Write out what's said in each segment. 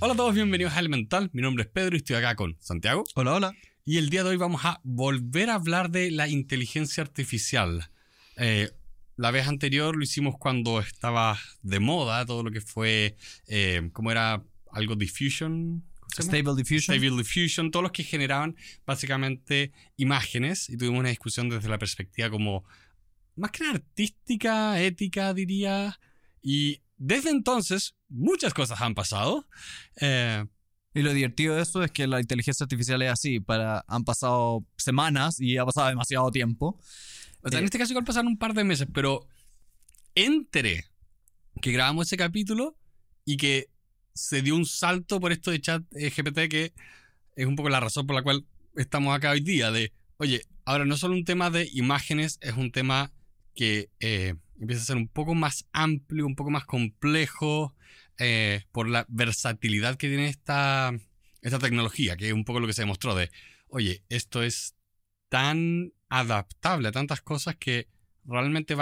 Hola a todos, bienvenidos a Elemental. Mi nombre es Pedro y estoy acá con Santiago. Hola, hola. Y el día de hoy vamos a volver a hablar de la inteligencia artificial. La vez anterior lo hicimos cuando estaba de moda todo lo que fue, ¿cómo era? Algo diffusion. Stable Diffusion. Stable Diffusion, todos los que generaban básicamente imágenes, y tuvimos una discusión desde la perspectiva como más que nada artística, ética, diría. Y desde entonces muchas cosas han pasado. Y lo divertido de eso es que la inteligencia artificial es así. Han pasado semanas y ha pasado demasiado tiempo. O sea, en este caso igual pasaron un par de meses, pero entre que grabamos ese capítulo y que se dio un salto por esto de ChatGPT, que es un poco la razón por la cual estamos acá hoy día, de, oye, ahora no solo un tema de imágenes, es un tema que empieza a ser un poco más amplio, un poco más complejo, por la versatilidad que tiene esta tecnología, que es un poco lo que se demostró de, oye, esto es tan adaptable a tantas cosas que realmente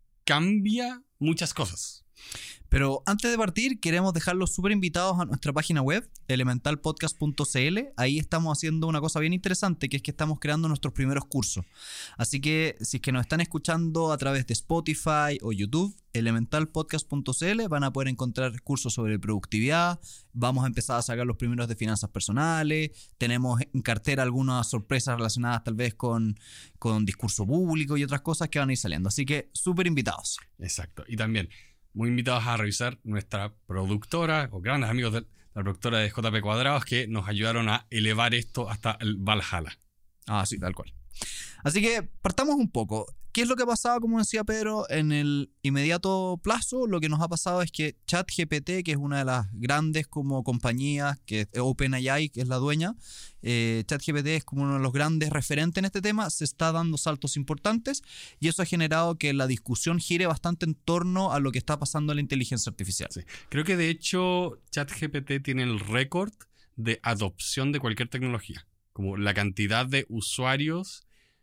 cambia muchas cosas. Pero antes de partir, queremos dejarlos súper invitados a nuestra página web, elementalpodcast.cl. Ahí estamos haciendo una cosa bien interesante, que es que estamos creando nuestros primeros cursos. Así que si es que nos están escuchando a través de Spotify o YouTube, elementalpodcast.cl, van a poder encontrar cursos sobre productividad. Vamos a empezar a sacar los primeros de finanzas personales. Tenemos en cartera algunas sorpresas relacionadas tal vez con discurso público y otras cosas que van a ir saliendo. Así que súper invitados. Exacto. Y también muy invitados a revisar nuestra productora o grandes amigos de la productora de JP Cuadrados, que nos ayudaron a elevar esto hasta el Valhalla. Ah, sí, tal cual. Así que partamos un poco. ¿Qué es lo que ha pasado, como decía Pedro, en el inmediato plazo? Lo que nos ha pasado es que ChatGPT, que es una de las grandes como compañías, que es OpenAI, que es la dueña, ChatGPT es como uno de los grandes referentes en este tema, se está dando saltos importantes y eso ha generado que la discusión gire bastante en torno a lo que está pasando en la inteligencia artificial. Sí. Creo que de hecho ChatGPT tiene el récord de adopción de cualquier tecnología. Como la cantidad de usuarios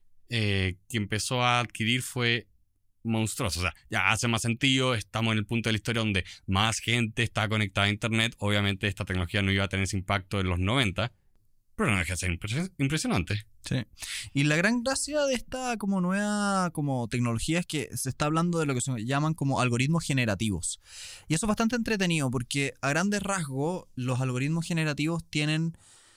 que empezó a adquirir fue monstruosa. O sea, ya hace más sentido, estamos en el punto de la historia donde más gente está conectada a internet. Obviamente esta tecnología no iba a tener ese impacto en los 90, pero no deja de ser impresionante. Sí. Y la gran gracia de esta como nueva como tecnología es que se está hablando de lo que se llaman como algoritmos generativos. Y eso es bastante entretenido porque a grandes rasgos los algoritmos generativos tienen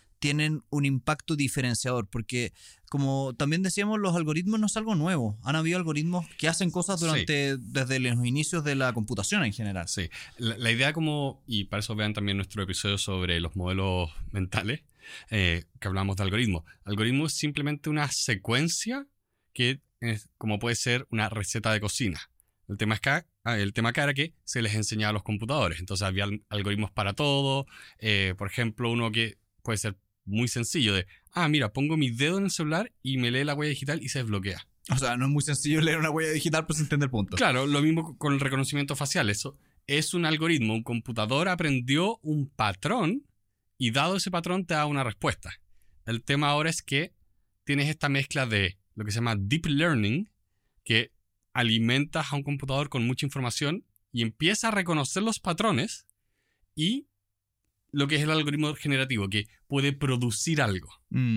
un impacto diferenciador, porque como también decíamos, los algoritmos no es algo nuevo. Han habido algoritmos que hacen cosas desde los inicios de la computación en general. Sí, la idea como, y para eso vean también nuestro episodio sobre los modelos mentales, que hablamos de algoritmos. Algoritmo es simplemente una secuencia que es, como puede ser una receta de cocina. El tema acá era que se les enseñaba a los computadores. Entonces había algoritmos para todo. Por ejemplo, uno que puede ser muy sencillo de, mira, pongo mi dedo en el celular y me lee la huella digital y se desbloquea. O sea, no es muy sencillo leer una huella digital, pero se entiende el punto. Claro, lo mismo con el reconocimiento facial. Eso es un algoritmo. Un computador aprendió un patrón y dado ese patrón te da una respuesta. El tema ahora es que tienes esta mezcla de lo que se llama deep learning, que alimentas a un computador con mucha información y empieza a reconocer los patrones, y lo que es el algoritmo generativo, que puede producir algo.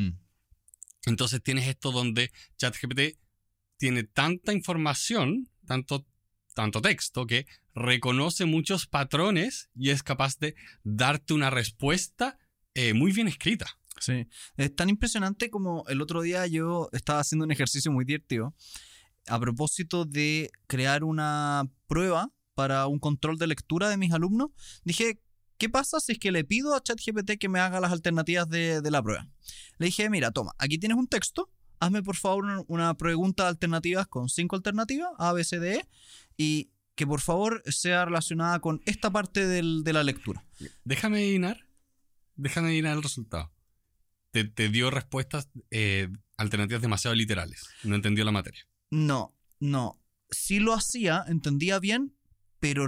Entonces tienes esto donde ChatGPT tiene tanta información, tanto texto, que reconoce muchos patrones y es capaz de darte una respuesta muy bien escrita. Sí, es tan impresionante como el otro día yo estaba haciendo un ejercicio muy divertido a propósito de crear una prueba para un control de lectura de mis alumnos. Dije, ¿qué pasa si es que le pido a ChatGPT que me haga las alternativas de la prueba? Le dije, mira, toma, aquí tienes un texto, hazme por favor una pregunta de alternativas con 5 alternativas, A, B, C, D, E, y que por favor sea relacionada con esta parte de la lectura. Déjame adivinar el resultado. Te dio respuestas alternativas demasiado literales. No entendió la materia. No. Sí lo hacía, entendía bien, pero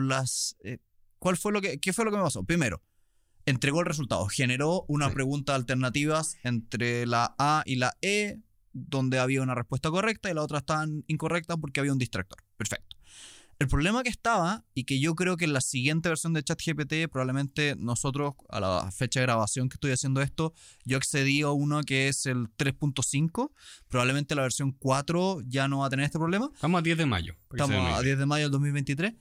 ¿qué fue lo que me pasó? Primero, entregó el resultado. Generó una pregunta de alternativas entre la A y la E, donde había una respuesta correcta y la otra estaban incorrecta porque había un distractor. Perfecto. El problema que estaba, y que yo creo que en la siguiente versión de ChatGPT, probablemente nosotros, a la fecha de grabación que estoy haciendo esto, yo accedí a uno que es el 3.5, probablemente la versión 4 ya no va a tener este problema. Estamos a 10 de mayo. Estamos a 10 de mayo del 2023.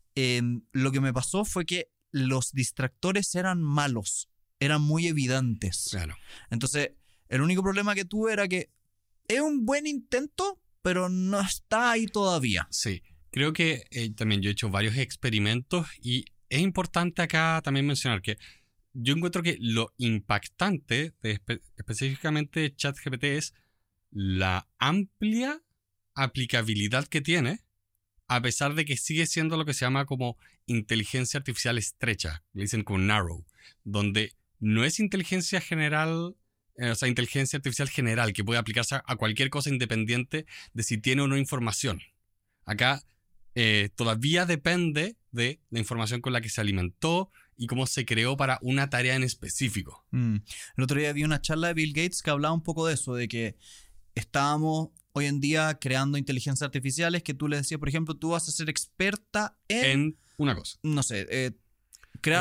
Lo que me pasó fue que los distractores eran malos, eran muy evidentes. Claro. Entonces, el único problema que tuve era que es un buen intento, pero no está ahí todavía. Sí. Creo que también yo he hecho varios experimentos y es importante acá también mencionar que yo encuentro que lo impactante de específicamente ChatGPT es la amplia aplicabilidad que tiene, a pesar de que sigue siendo lo que se llama como inteligencia artificial estrecha, le dicen como narrow, donde no es inteligencia general, o sea, inteligencia artificial general que puede aplicarse a cualquier cosa independiente de si tiene o no información. Acá todavía depende de la información con la que se alimentó y cómo se creó para una tarea en específico. El otro día vi una charla de Bill Gates que hablaba un poco de eso, de que estábamos hoy en día creando inteligencias artificiales que tú le decías, por ejemplo, tú vas a ser experta en una cosa. No sé, crear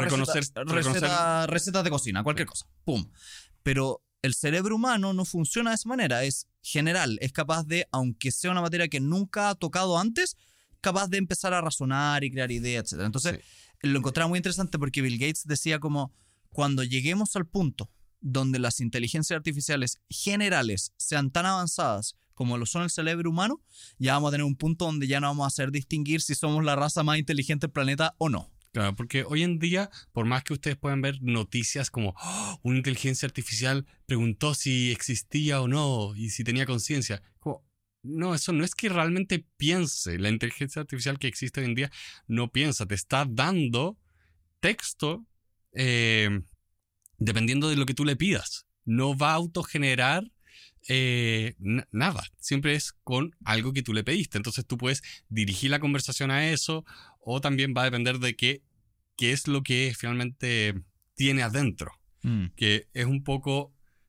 recetas de cocina, cualquier cosa. ¡Pum! Pero el cerebro humano no funciona de esa manera, es general, es capaz de, aunque sea una materia que nunca ha tocado antes, capaz de empezar a razonar y crear ideas, etc. Entonces, lo encontraba muy interesante porque Bill Gates decía como, cuando lleguemos al punto donde las inteligencias artificiales generales sean tan avanzadas como lo son el cerebro humano, ya vamos a tener un punto donde ya no vamos a hacer distinguir si somos la raza más inteligente del planeta o no. Claro, porque hoy en día, por más que ustedes puedan ver noticias como una inteligencia artificial preguntó si existía o no y si tenía conciencia, no, eso no es que realmente piense. La inteligencia artificial que existe hoy en día no piensa, te está dando texto dependiendo de lo que tú le pidas. No va a autogenerar nada. Siempre es con algo que tú le pediste. Entonces tú puedes dirigir la conversación a eso o también va a depender de qué es lo que finalmente tiene adentro. Que es un poco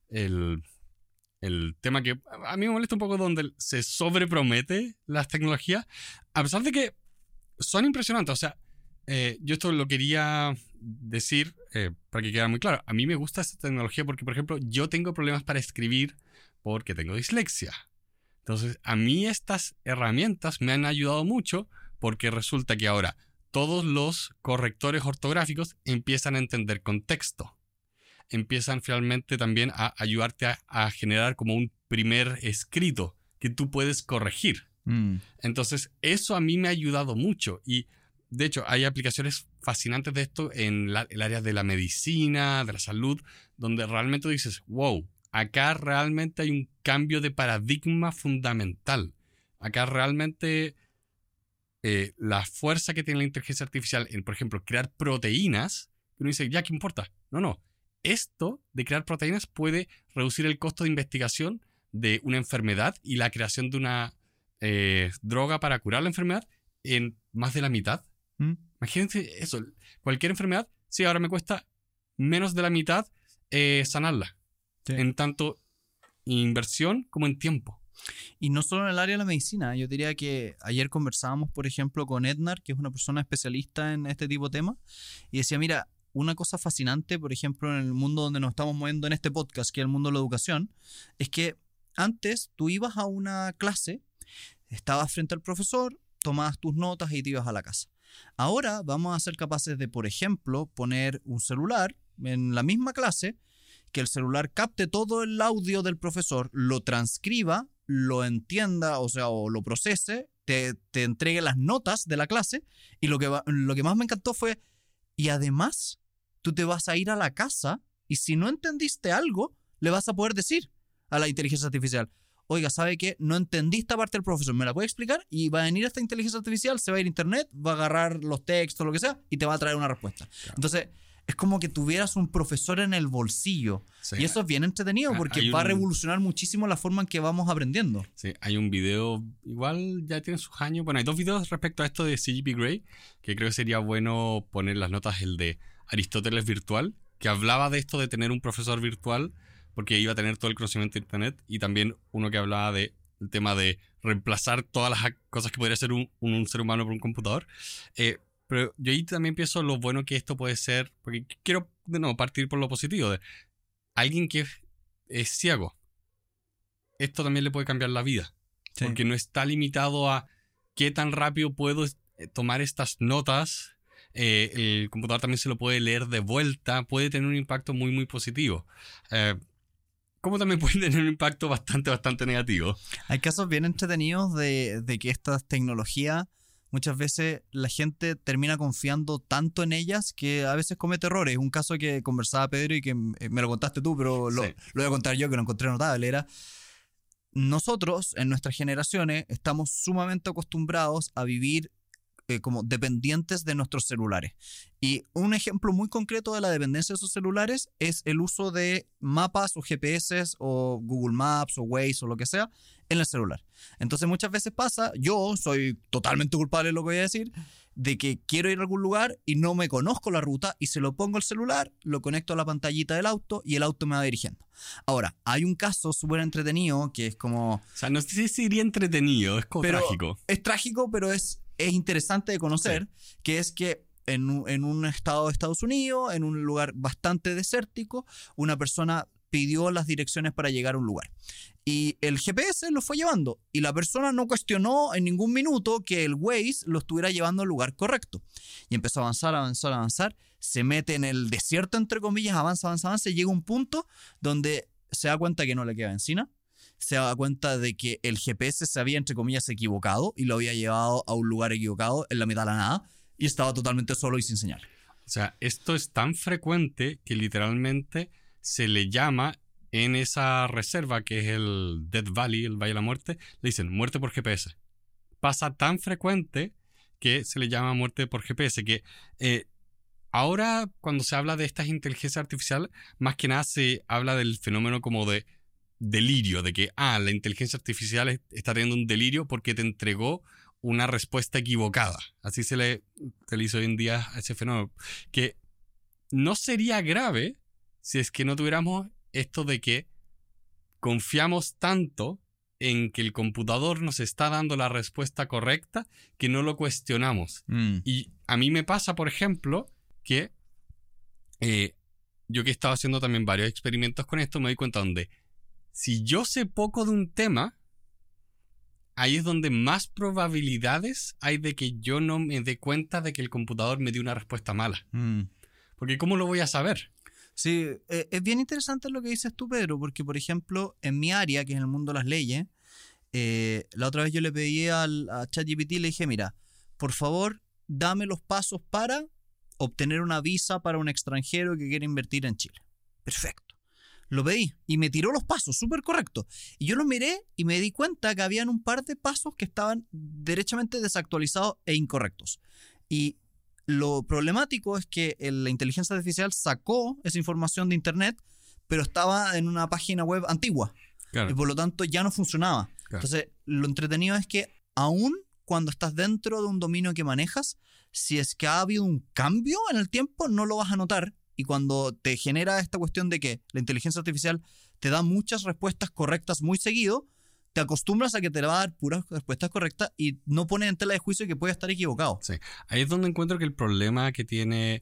el tema que a mí me molesta un poco, donde se sobrepromete las tecnologías, a pesar de que son impresionantes. O sea, yo esto lo quería decir para que quede muy claro. A mí me gusta esta tecnología porque, por ejemplo, yo tengo problemas para escribir porque tengo dislexia. Entonces, a mí estas herramientas me han ayudado mucho porque resulta que ahora todos los correctores ortográficos empiezan a entender contexto. Empiezan finalmente también a ayudarte a generar como un primer escrito que tú puedes corregir. Entonces, eso a mí me ha ayudado mucho. Y, de hecho, hay aplicaciones fascinantes de esto en el área de la medicina, de la salud, donde realmente dices, wow, acá realmente hay un cambio de paradigma fundamental. Acá realmente la fuerza que tiene la inteligencia artificial en, por ejemplo, crear proteínas, uno dice, ya, ¿qué importa? No. Esto de crear proteínas puede reducir el costo de investigación de una enfermedad y la creación de una droga para curar la enfermedad en más de la mitad. Imagínense eso. Cualquier enfermedad, sí, ahora me cuesta menos de la mitad sanarla. Sí. En tanto inversión como en tiempo. Y no solo en el área de la medicina. Yo diría que ayer conversábamos, por ejemplo, con Ednar, que es una persona especialista en este tipo de temas, y decía, mira, una cosa fascinante, por ejemplo, en el mundo donde nos estamos moviendo en este podcast, que es el mundo de la educación, es que antes tú ibas a una clase, estabas frente al profesor, tomabas tus notas y te ibas a la casa. Ahora vamos a ser capaces de, por ejemplo, poner un celular en la misma clase, que el celular capte todo el audio del profesor, lo transcriba, lo entienda, o lo procese, te entregue las notas de la clase, y lo que más me encantó fue, y además tú te vas a ir a la casa y si no entendiste algo, le vas a poder decir a la inteligencia artificial, oiga, ¿sabe qué? No entendí esta parte del profesor, ¿me la puede explicar? Y va a venir esta inteligencia artificial, se va a ir a internet, va a agarrar los textos, lo que sea, y te va a traer una respuesta. Claro. Entonces, es como que tuvieras un profesor en el bolsillo. Sí. Y eso es bien entretenido porque va a revolucionar muchísimo la forma en que vamos aprendiendo. Sí, hay un video, igual ya tiene sus años. Bueno, hay 2 videos respecto a esto de C.G.P. Grey, que creo que sería bueno poner las notas, el de Aristóteles virtual, que hablaba de esto de tener un profesor virtual porque iba a tener todo el conocimiento de internet, y también uno que hablaba del tema de reemplazar todas las cosas que podría hacer un ser humano por un computador. Pero yo ahí también pienso lo bueno que esto puede ser, porque quiero de nuevo partir por lo positivo, de alguien que es ciego. Esto también le puede cambiar la vida, porque no está limitado a qué tan rápido puedo tomar estas notas. El computador también se lo puede leer de vuelta, puede tener un impacto muy, muy positivo. Como también puede tener un impacto bastante negativo. Hay casos bien entretenidos de que estas tecnologías, muchas veces la gente termina confiando tanto en ellas que a veces comete errores. Un caso que conversaba Pedro y que me lo contaste tú, pero lo voy a contar yo, que lo encontré notable, era: nosotros en nuestras generaciones estamos sumamente acostumbrados a vivir como dependientes de nuestros celulares. Y un ejemplo muy concreto de la dependencia de esos celulares es el uso de mapas o GPS o Google Maps o Waze o lo que sea en el celular. Entonces muchas veces pasa, yo soy totalmente culpable de lo que voy a decir, de que quiero ir a algún lugar y no me conozco la ruta y se lo pongo al celular, lo conecto a la pantallita del auto y el auto me va dirigiendo. Ahora, hay un caso súper entretenido que es como... O sea, no sé si sería entretenido, es como trágico. Es trágico, pero es interesante de conocer, que es que en un estado de Estados Unidos, en un lugar bastante desértico, una persona pidió las direcciones para llegar a un lugar. Y el GPS lo fue llevando. Y la persona no cuestionó en ningún minuto que el Waze lo estuviera llevando al lugar correcto. Y empezó a avanzar. Se mete en el desierto, entre comillas, avanza. Llega a un punto donde se da cuenta que no le queda benzina. Se da cuenta de que el GPS se había, entre comillas, equivocado y lo había llevado a un lugar equivocado en la mitad de la nada y estaba totalmente solo y sin señal. O sea, esto es tan frecuente que literalmente se le llama en esa reserva que es el Death Valley, el Valle de la Muerte, le dicen muerte por GPS. Pasa tan frecuente que se le llama muerte por GPS, que ahora cuando se habla de estas inteligencias artificiales, más que nada se habla del fenómeno como de delirio, de que la inteligencia artificial está teniendo un delirio porque te entregó una respuesta equivocada. Así se le hizo hoy en día a ese fenómeno. Que no sería grave si es que no tuviéramos esto de que confiamos tanto en que el computador nos está dando la respuesta correcta que no lo cuestionamos. Y a mí me pasa, por ejemplo, que yo que he estado haciendo también varios experimentos con esto, me doy cuenta donde si yo sé poco de un tema, ahí es donde más probabilidades hay de que yo no me dé cuenta de que el computador me dio una respuesta mala. Porque ¿cómo lo voy a saber? Sí, es bien interesante lo que dices tú, Pedro, porque, por ejemplo, en mi área, que es el mundo de las leyes, la otra vez yo le pedí a ChatGPT y le dije, mira, por favor, dame los pasos para obtener una visa para un extranjero que quiere invertir en Chile. Perfecto. Lo pedí y me tiró los pasos, súper correcto. Y yo los miré y me di cuenta que habían un par de pasos que estaban derechamente desactualizados e incorrectos. Y lo problemático es que la inteligencia artificial sacó esa información de internet, pero estaba en una página web antigua. Claro. Y por lo tanto ya no funcionaba. Claro. Entonces, lo entretenido es que aún cuando estás dentro de un dominio que manejas, si es que ha habido un cambio en el tiempo, no lo vas a notar. Y cuando te genera esta cuestión de que la inteligencia artificial te da muchas respuestas correctas muy seguido, te acostumbras a que te va a dar puras respuestas correctas y no pones en tela de juicio que puede estar equivocado. Sí, ahí es donde encuentro que el problema que tiene,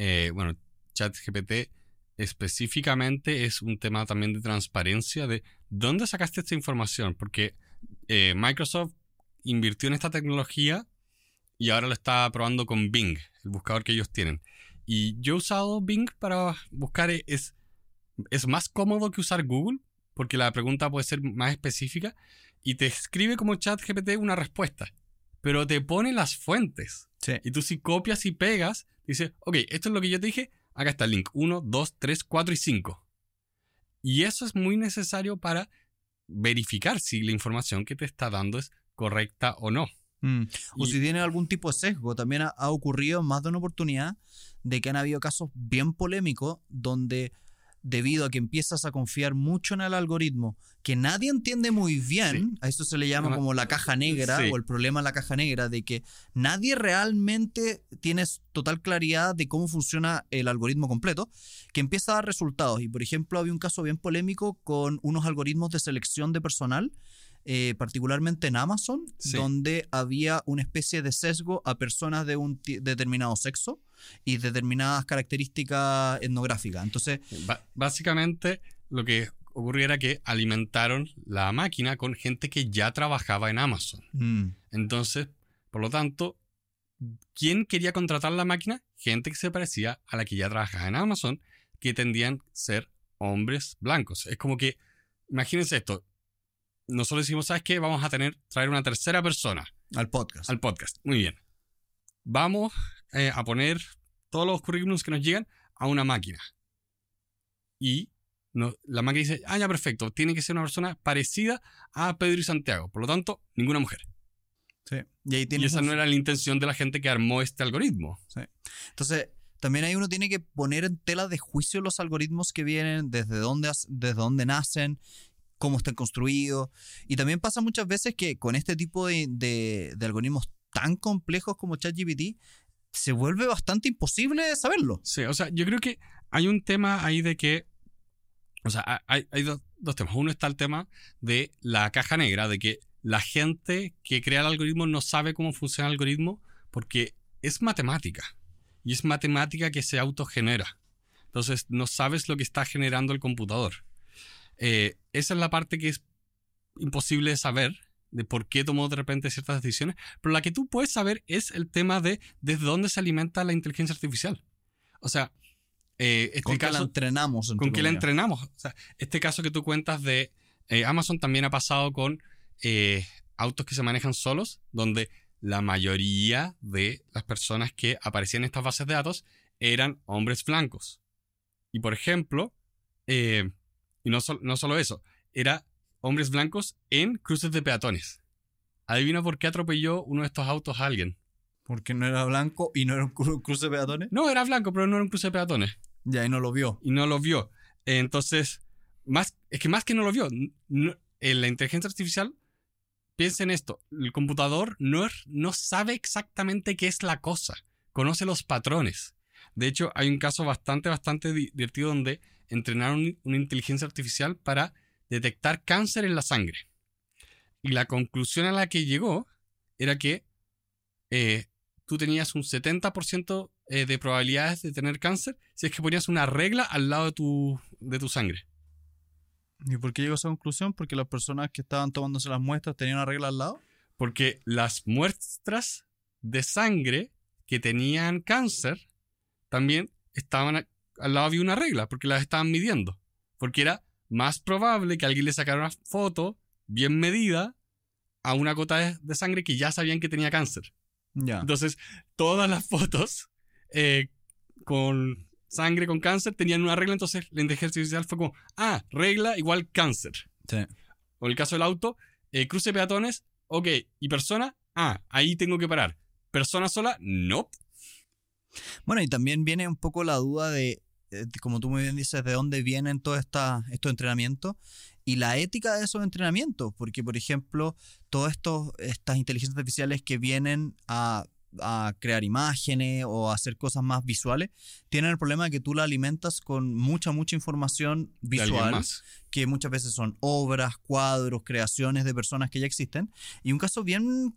ChatGPT específicamente es un tema también de transparencia, de dónde sacaste esta información, porque Microsoft invirtió en esta tecnología y ahora lo está probando con Bing, el buscador que ellos tienen. Y yo he usado Bing para buscar, es más cómodo que usar Google, porque la pregunta puede ser más específica y te escribe como ChatGPT una respuesta, pero te pone las fuentes. Sí. Y tú si copias y pegas, dices, ok, esto es lo que yo te dije, acá está el link, 1, 2, 3, 4 y 5. Y eso es muy necesario para verificar si la información que te está dando es correcta o no. O si tiene algún tipo de sesgo. También ha ocurrido más de una oportunidad de que han habido casos bien polémicos donde, debido a que empiezas a confiar mucho en el algoritmo que nadie entiende muy bien, a esto se le llama como la caja negra, o el problema de la caja negra, de que nadie realmente tiene total claridad de cómo funciona el algoritmo completo, que empieza a dar resultados. Y por ejemplo había un caso bien polémico con unos algoritmos de selección de personal particularmente en Amazon, Sí. donde había una especie de sesgo a personas de un determinado sexo y determinadas características etnográficas. Entonces, Básicamente, lo que ocurrió era que alimentaron la máquina con gente que ya trabajaba en Amazon. Entonces, por lo tanto, ¿quién quería contratar la máquina? Gente que se parecía a la que ya trabajaba en Amazon, que tendían a ser hombres blancos. Es como que, imagínense esto, nosotros decimos, ¿sabes qué? Vamos a traer una tercera persona al podcast. al podcast. Muy bien. Vamos a poner todos los currículums que nos llegan a una máquina. Y la máquina dice, ya perfecto, tiene que ser una persona parecida a Pedro y Santiago. Por lo tanto, ninguna mujer. Sí. Y ahí Y esa no era la intención de la gente que armó este algoritmo. Sí. Entonces, también ahí uno tiene que poner en tela de juicio los algoritmos que vienen, desde dónde nacen, cómo están construidos. Y también pasa muchas veces que con este tipo de algoritmos tan complejos como ChatGPT, se vuelve bastante imposible saberlo. Sí, o sea, yo creo que hay un tema ahí de que, o sea, hay dos temas. Uno está el tema de la caja negra, de que la gente que crea el algoritmo no sabe cómo funciona el algoritmo porque es matemática. Y es matemática que se autogenera. Entonces, no sabes lo que está generando el computador. Esa es la parte que es imposible de saber, de por qué tomó de repente ciertas decisiones, pero la que tú puedes saber es el tema de desde dónde se alimenta la inteligencia artificial. O sea, ¿Con qué la entrenamos? ¿Con qué la entrenamos? O sea, este caso que tú cuentas de Amazon también ha pasado con autos que se manejan solos, donde la mayoría de las personas que aparecían en estas bases de datos eran hombres blancos. Y por ejemplo, y no solo eso, era hombres blancos en cruces de peatones. Adivina por qué atropelló uno de estos autos a alguien. Porque no era blanco y no era un cruce de peatones. No, era blanco, pero no era un cruce de peatones. Ya, y no lo vio. Y no lo vio. Entonces, más que no lo vio, la inteligencia artificial, piensa en esto, el computador no sabe exactamente qué es la cosa, conoce los patrones. De hecho, hay un caso bastante divertido donde entrenaron una inteligencia artificial para detectar cáncer en la sangre. Y la conclusión a la que llegó era que tú tenías un 70% de probabilidades de tener cáncer si es que ponías una regla al lado de tu sangre. ¿Y por qué llegó a esa conclusión? Porque las personas que estaban tomándose las muestras tenían una regla al lado. Porque las muestras de sangre que tenían cáncer también estaban al lado, había una regla, porque las estaban midiendo. Porque era más probable que alguien le sacara una foto bien medida a una gota de sangre que ya sabían que tenía cáncer. Ya. Entonces, todas las fotos con sangre con cáncer tenían una regla, entonces la inteligencia artificial fue como, regla igual cáncer. Sí. O en el caso del auto, cruce de peatones, ok, y persona, ahí tengo que parar. Persona sola, no. Bueno, y también viene un poco la duda de como tú muy bien dices, de dónde vienen todos estos entrenamientos y la ética de esos entrenamientos, porque por ejemplo, todas estas inteligencias artificiales que vienen a crear imágenes o a hacer cosas más visuales, tienen el problema de que tú la alimentas con mucha información visual, que muchas veces son obras, cuadros, creaciones de personas que ya existen. Y un caso bien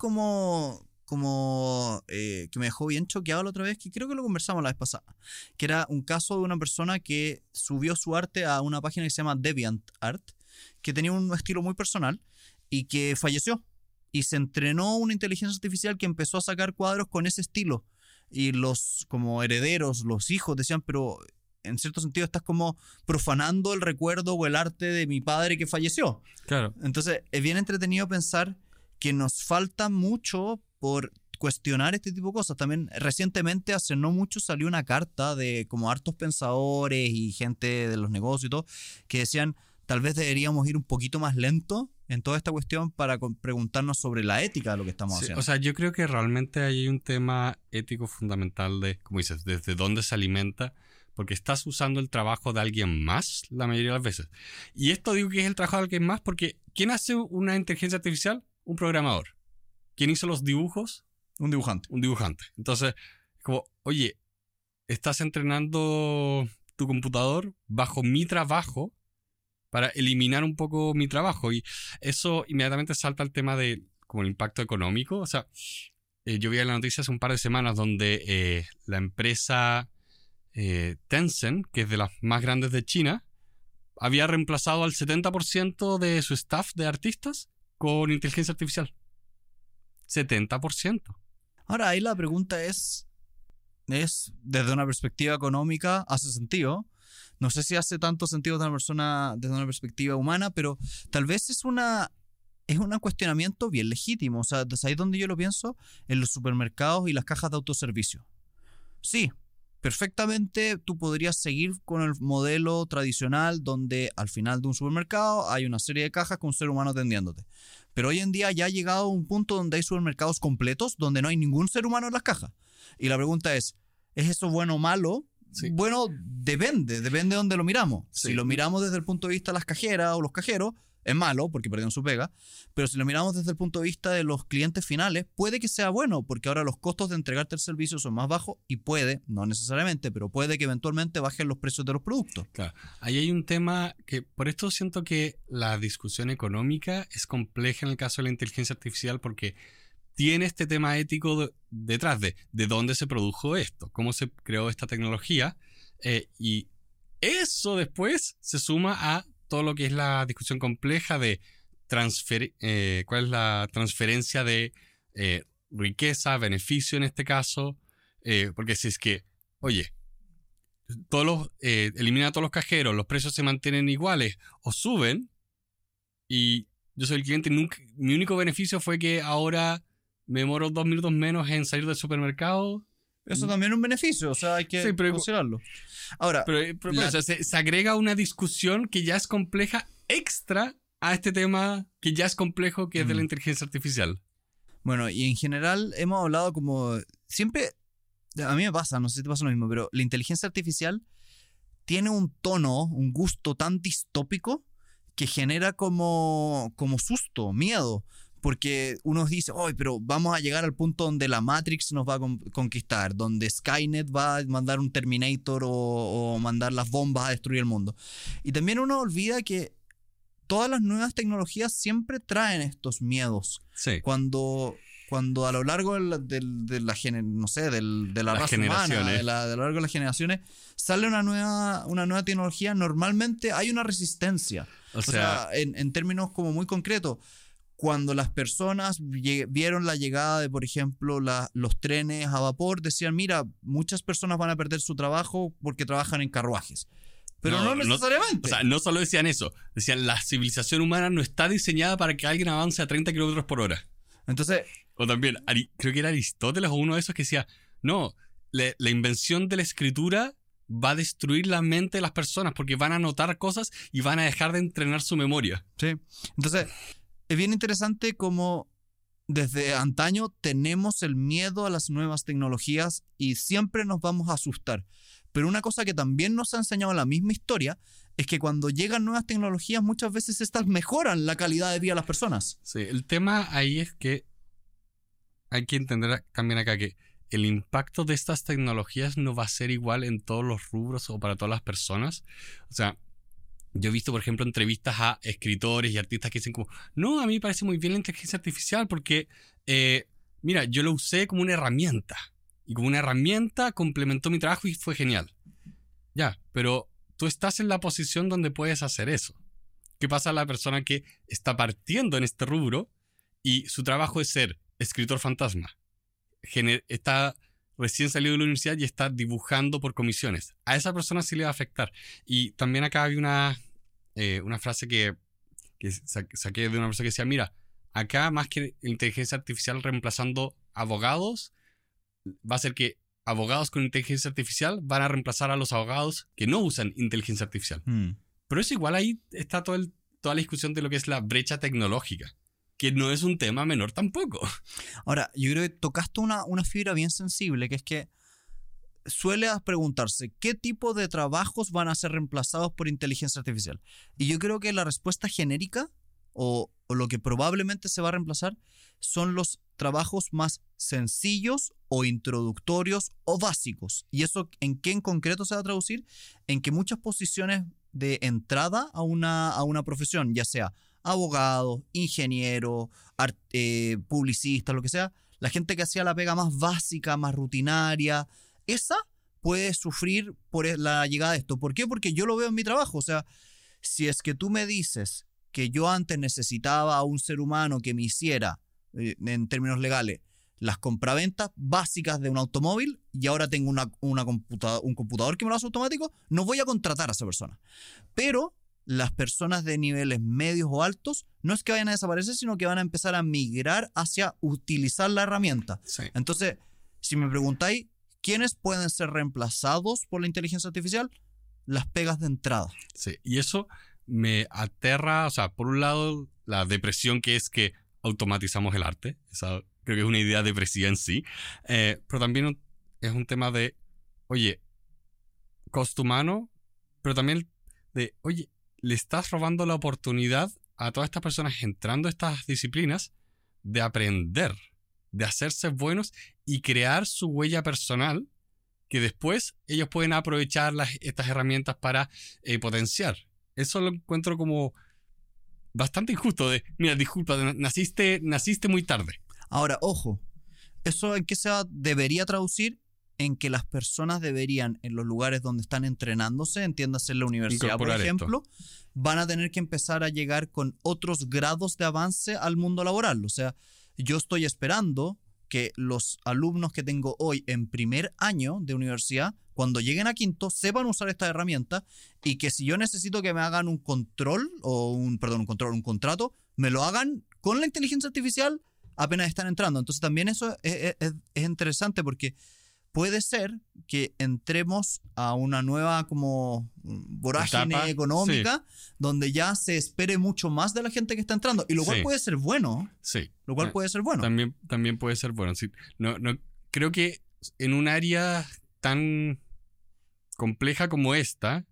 que me dejó bien choqueado la otra vez, que creo que lo conversamos la vez pasada, que era un caso de una persona que subió su arte a una página que se llama DeviantArt, que tenía un estilo muy personal y que falleció. Y se entrenó una inteligencia artificial que empezó a sacar cuadros con ese estilo. Y los como herederos, los hijos, decían, pero en cierto sentido estás como profanando el recuerdo o el arte de mi padre que falleció. Claro. Entonces es bien entretenido pensar que nos falta mucho por cuestionar este tipo de cosas. También recientemente, hace no mucho, salió una carta de como hartos pensadores y gente de los negocios y todo, que decían, tal vez deberíamos ir un poquito más lento en toda esta cuestión para preguntarnos sobre la ética de lo que estamos haciendo. O sea, yo creo que realmente hay un tema ético fundamental de, como dices, desde dónde se alimenta, porque estás usando el trabajo de alguien más la mayoría de las veces. Y esto digo que es el trabajo de alguien más porque ¿quién hace una inteligencia artificial? Un programador. ¿Quién hizo los dibujos? Un dibujante. Un dibujante. Entonces, como, oye, estás entrenando tu computador bajo mi trabajo para eliminar un poco mi trabajo. Y eso inmediatamente salta al tema de como el impacto económico. O sea, yo vi en la noticia hace un par de semanas donde la empresa Tencent, que es de las más grandes de China, había reemplazado al 70% de su staff de artistas con inteligencia artificial. 70%. Ahora, ahí la pregunta es desde una perspectiva económica, hace sentido. No sé si hace tanto sentido de una persona desde una perspectiva humana, pero tal vez es un cuestionamiento bien legítimo. O sea, desde ahí donde yo lo pienso, en los supermercados y las cajas de autoservicio. Sí, perfectamente tú podrías seguir con el modelo tradicional donde al final de un supermercado hay una serie de cajas con un ser humano atendiéndote. Pero hoy en día ya ha llegado a un punto donde hay supermercados completos donde no hay ningún ser humano en las cajas. Y la pregunta ¿es eso bueno o malo? Sí. Bueno, depende de dónde lo miramos. Sí. Si lo miramos desde el punto de vista de las cajeras o los cajeros, es malo porque perdieron su pega. Pero si lo miramos desde el punto de vista de los clientes finales, puede que sea bueno porque ahora los costos de entregarte el servicio son más bajos y puede, no necesariamente, pero puede que eventualmente bajen los precios de los productos. Claro, ahí hay un tema que por esto siento que la discusión económica es compleja en el caso de la inteligencia artificial porque tiene este tema ético detrás de dónde se produjo esto, cómo se creó esta tecnología, y eso después se suma a todo lo que es la discusión compleja de cuál es la transferencia de riqueza, beneficio en este caso, porque si es que, oye, elimina a todos los cajeros, los precios se mantienen iguales o suben, y yo soy el cliente, mi único beneficio fue que ahora me demoro 2 minutos menos en salir del supermercado. Eso también es un beneficio, o sea, hay que considerarlo. Ahora, se agrega una discusión que ya es compleja extra a este tema que ya es complejo, que es de la inteligencia artificial. Bueno, y en general hemos hablado como siempre, a mí me pasa, no sé si te pasa lo mismo, pero la inteligencia artificial tiene un tono, un gusto tan distópico que genera como susto, miedo. Porque uno dice, pero vamos a llegar al punto donde la Matrix nos va a conquistar, donde Skynet va a mandar un Terminator o mandar las bombas a destruir el mundo. Y también uno olvida que todas las nuevas tecnologías siempre traen estos miedos. Sí. Cuando a lo largo de la raza humana, a lo largo de las generaciones, sale una nueva tecnología, normalmente hay una resistencia. O sea en términos como muy concretos, cuando las personas vieron la llegada de, por ejemplo, los trenes a vapor, decían, mira, muchas personas van a perder su trabajo porque trabajan en carruajes. Pero no necesariamente. O sea, no solo decían eso. Decían, la civilización humana no está diseñada para que alguien avance a 30 kilómetros por hora. Entonces... O también, creo que era Aristóteles o uno de esos que decía, no, la invención de la escritura va a destruir la mente de las personas porque van a anotar cosas y van a dejar de entrenar su memoria. Sí. Entonces... Es bien interesante cómo desde antaño tenemos el miedo a las nuevas tecnologías y siempre nos vamos a asustar. Pero una cosa que también nos ha enseñado la misma historia es que cuando llegan nuevas tecnologías muchas veces estas mejoran la calidad de vida de las personas. Sí, el tema ahí es que hay que entender también acá que el impacto de estas tecnologías no va a ser igual en todos los rubros o para todas las personas. O sea, yo he visto, por ejemplo, entrevistas a escritores y artistas que dicen como, no, a mí me parece muy bien la inteligencia artificial porque, mira, yo lo usé como una herramienta. Y como una herramienta complementó mi trabajo y fue genial. Ya, pero tú estás en la posición donde puedes hacer eso. ¿Qué pasa a la persona que está partiendo en este rubro y su trabajo es ser escritor fantasma? Está recién salido de la universidad y está dibujando por comisiones. A esa persona sí le va a afectar. Y también acá había una frase que saqué de una persona que decía, mira, acá más que inteligencia artificial reemplazando abogados, va a ser que abogados con inteligencia artificial van a reemplazar a los abogados que no usan inteligencia artificial. Pero es igual, ahí está toda la discusión de lo que es la brecha tecnológica, que no es un tema menor tampoco. Ahora, yo creo que tocaste una fibra bien sensible, que es que suele preguntarse qué tipo de trabajos van a ser reemplazados por inteligencia artificial. Y yo creo que la respuesta genérica o lo que probablemente se va a reemplazar son los trabajos más sencillos o introductorios o básicos. ¿Y eso en qué en concreto se va a traducir? En que muchas posiciones de entrada a una profesión, ya sea abogado, ingeniero, publicista, lo que sea, la gente que hacía la pega más básica, más rutinaria, esa puede sufrir por la llegada de esto. ¿Por qué? Porque yo lo veo en mi trabajo. O sea, si es que tú me dices que yo antes necesitaba a un ser humano que me hiciera, en términos legales, las compraventas básicas de un automóvil y ahora tengo un computador que me lo hace automático, no voy a contratar a esa persona. Pero las personas de niveles medios o altos no es que vayan a desaparecer, sino que van a empezar a migrar hacia utilizar la herramienta. Sí. Entonces, si me preguntáis, ¿quiénes pueden ser reemplazados por la inteligencia artificial? Las pegas de entrada. Sí, y eso me aterra, o sea, por un lado, la depresión que es que automatizamos el arte. Esa creo que es una idea depresiva en sí. Pero también es un tema de, oye, costo humano, pero también de, oye, le estás robando la oportunidad a todas estas personas entrando a estas disciplinas de aprender, de hacerse buenos y crear su huella personal que después ellos pueden aprovechar estas herramientas para potenciar. Eso lo encuentro como bastante injusto de, mira, disculpa, naciste muy tarde. Ahora, ojo, ¿eso en qué se debería traducir? En que las personas deberían, en los lugares donde están entrenándose, entiéndase en la universidad, incorporar por ejemplo, van a tener que empezar a llegar con otros grados de avance al mundo laboral. O sea, yo estoy esperando que los alumnos que tengo hoy en primer año de universidad, cuando lleguen a quinto, sepan usar esta herramienta y que si yo necesito que me hagan un control o un contrato, me lo hagan con la inteligencia artificial apenas están entrando. Entonces también eso es interesante porque puede ser que entremos a una nueva como vorágine etapa económica, sí, donde ya se espere mucho más de la gente que está entrando, y lo cual puede ser bueno. Sí. Lo cual puede ser bueno. También puede ser bueno. Sí. No, creo que en un área tan compleja como esta,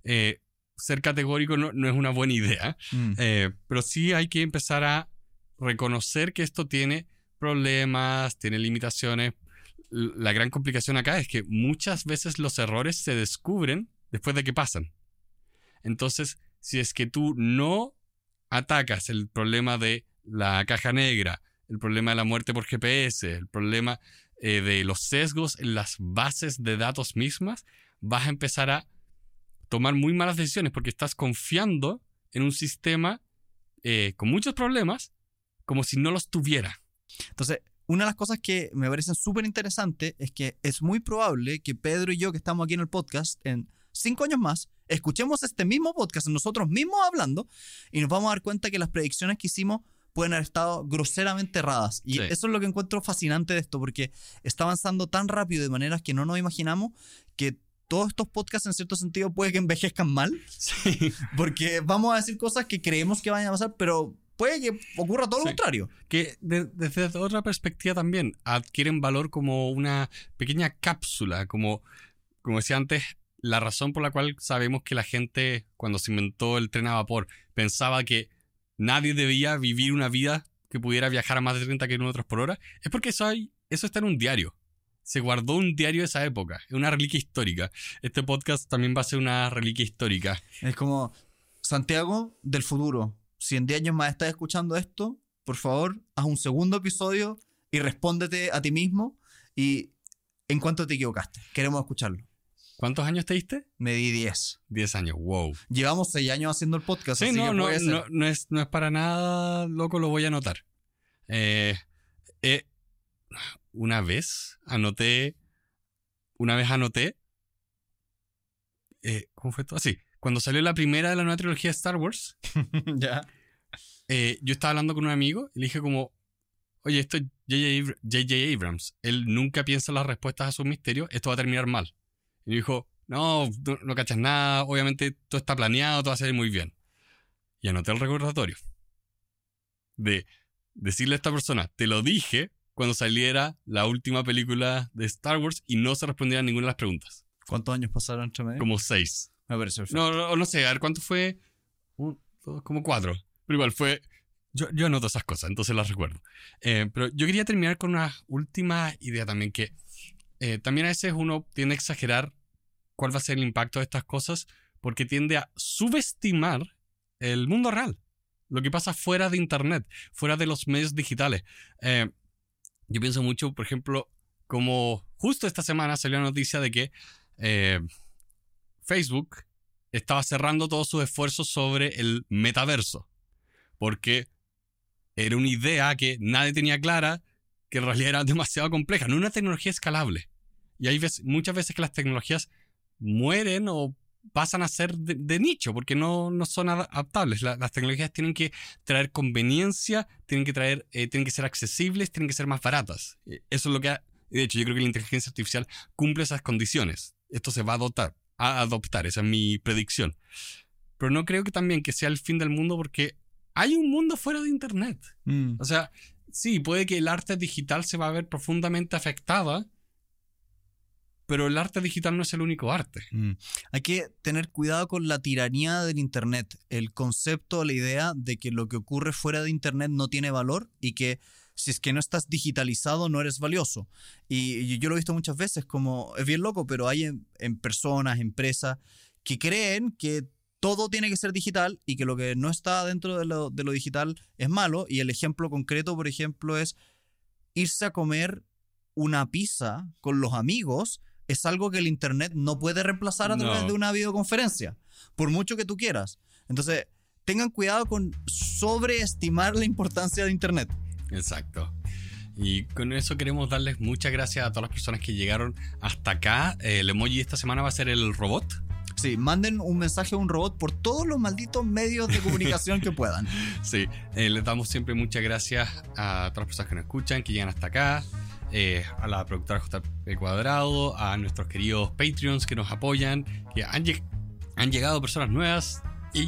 ser categórico no es una buena idea. Pero sí hay que empezar a reconocer que esto tiene problemas, tiene limitaciones. La gran complicación acá es que muchas veces los errores se descubren después de que pasan. Entonces, si es que tú no atacas el problema de la caja negra, el problema de la muerte por GPS, el problema de los sesgos en las bases de datos mismas, vas a empezar a tomar muy malas decisiones porque estás confiando en un sistema con muchos problemas como si no los tuviera. Entonces, una de las cosas que me parecen súper interesantes es que es muy probable que Pedro y yo, que estamos aquí en el podcast, en 5 años más, escuchemos este mismo podcast nosotros mismos hablando y nos vamos a dar cuenta que las predicciones que hicimos pueden haber estado groseramente erradas. Y eso es lo que encuentro fascinante de esto, porque está avanzando tan rápido de maneras que no nos imaginamos que todos estos podcasts en cierto sentido puede que envejezcan mal. Sí. Porque vamos a decir cosas que creemos que vayan a pasar, pero puede que ocurra todo lo contrario. Que desde otra perspectiva también adquieren valor como una pequeña cápsula, como decía antes, la razón por la cual sabemos que la gente, cuando se inventó el tren a vapor, pensaba que nadie debía vivir una vida que pudiera viajar a más de 30 kilómetros por hora, es porque eso está en un diario. Se guardó un diario de esa época, es una reliquia histórica. Este podcast también va a ser una reliquia histórica. Es como Santiago del futuro. Si en 10 años más estás escuchando esto, por favor, haz un segundo episodio y respóndete a ti mismo y en cuánto te equivocaste. Queremos escucharlo. ¿Cuántos años te diste? Me di 10. 10 años, wow. Llevamos 6 años haciendo el podcast. Sí, así que no es para nada loco, lo voy a anotar. Una vez anoté. ¿Cómo fue esto? Así. Cuando salió la primera de la nueva trilogía de Star Wars, ya. Yo estaba hablando con un amigo y le dije como, oye, esto es J.J. Abrams. Él nunca piensa las respuestas a sus misterios. Esto va a terminar mal. Y me dijo, no cachas nada. Obviamente todo está planeado, todo va a salir muy bien. Y anoté el recordatorio de decirle a esta persona, te lo dije cuando saliera la última película de Star Wars y no se respondiera a ninguna de las preguntas. ¿Cuántos años pasaron entre medio? Como 6. Me parece perfecto. No sé, a ver cuánto fue. Como 4. Pero igual fue. Yo anoto esas cosas, entonces las recuerdo. Pero yo quería terminar con una última idea también, que también a veces uno tiende a exagerar cuál va a ser el impacto de estas cosas, porque tiende a subestimar el mundo real, lo que pasa fuera de Internet, fuera de los medios digitales. Yo pienso mucho, por ejemplo, como justo esta semana salió la noticia de que Facebook estaba cerrando todos sus esfuerzos sobre el metaverso, porque era una idea que nadie tenía clara, que en realidad era demasiado compleja, no una tecnología escalable. Y hay muchas veces que las tecnologías mueren o pasan a ser de nicho, porque no son adaptables. Las tecnologías tienen que traer conveniencia, tienen que ser accesibles, tienen que ser más baratas. Eso es lo que de hecho, yo creo que la inteligencia artificial cumple esas condiciones. Esto se va a adoptar, esa es mi predicción. Pero no creo que también que sea el fin del mundo, porque hay un mundo fuera de Internet. O sea, sí, puede que el arte digital se va a ver profundamente afectada, pero el arte digital no es el único arte. Hay que tener cuidado con la tiranía del Internet. El concepto, la idea de que lo que ocurre fuera de Internet no tiene valor y que si es que no estás digitalizado no eres valioso. Y yo lo he visto muchas veces, como es bien loco, pero hay en personas, empresas que creen que todo tiene que ser digital y que lo que no está dentro de lo digital es malo. Y el ejemplo concreto, por ejemplo, es irse a comer una pizza con los amigos. Es algo que el Internet no puede reemplazar a través de una videoconferencia, por mucho que tú quieras. Entonces, tengan cuidado con sobreestimar la importancia de Internet. Exacto. Y con eso queremos darles muchas gracias a todas las personas que llegaron hasta acá. El emoji de esta semana va a ser el robot. Sí, manden un mensaje a un robot por todos los malditos medios de comunicación que puedan. Sí, les damos siempre muchas gracias a todas las personas que nos escuchan, que llegan hasta acá. A la productora JP Cuadrado, a nuestros queridos Patreons que nos apoyan, que han llegado personas nuevas y...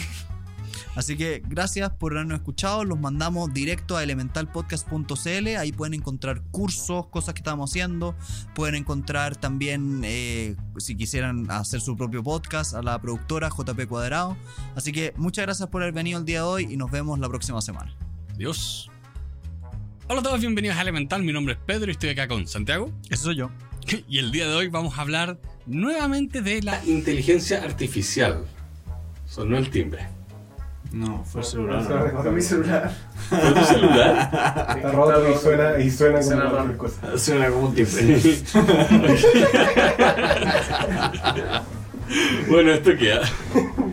Así que gracias por habernos escuchado. Los mandamos directo a elementalpodcast.cl. Ahí pueden encontrar cursos, cosas que estamos haciendo. Pueden encontrar también, si quisieran hacer su propio podcast, a la productora JP Cuadrado. Así que muchas gracias por haber venido el día de hoy y nos vemos la próxima semana. Adiós. Hola a todos, bienvenidos a Elemental. Mi nombre es Pedro y estoy acá con Santiago. Ese soy yo. Y el día de hoy vamos a hablar nuevamente de la inteligencia artificial. Sonó el timbre. No, fue el celular. Fue mi celular. ¿Fue tu celular? Está roto y suena como cualquier cosa. Suena como un timbre. Bueno, esto queda.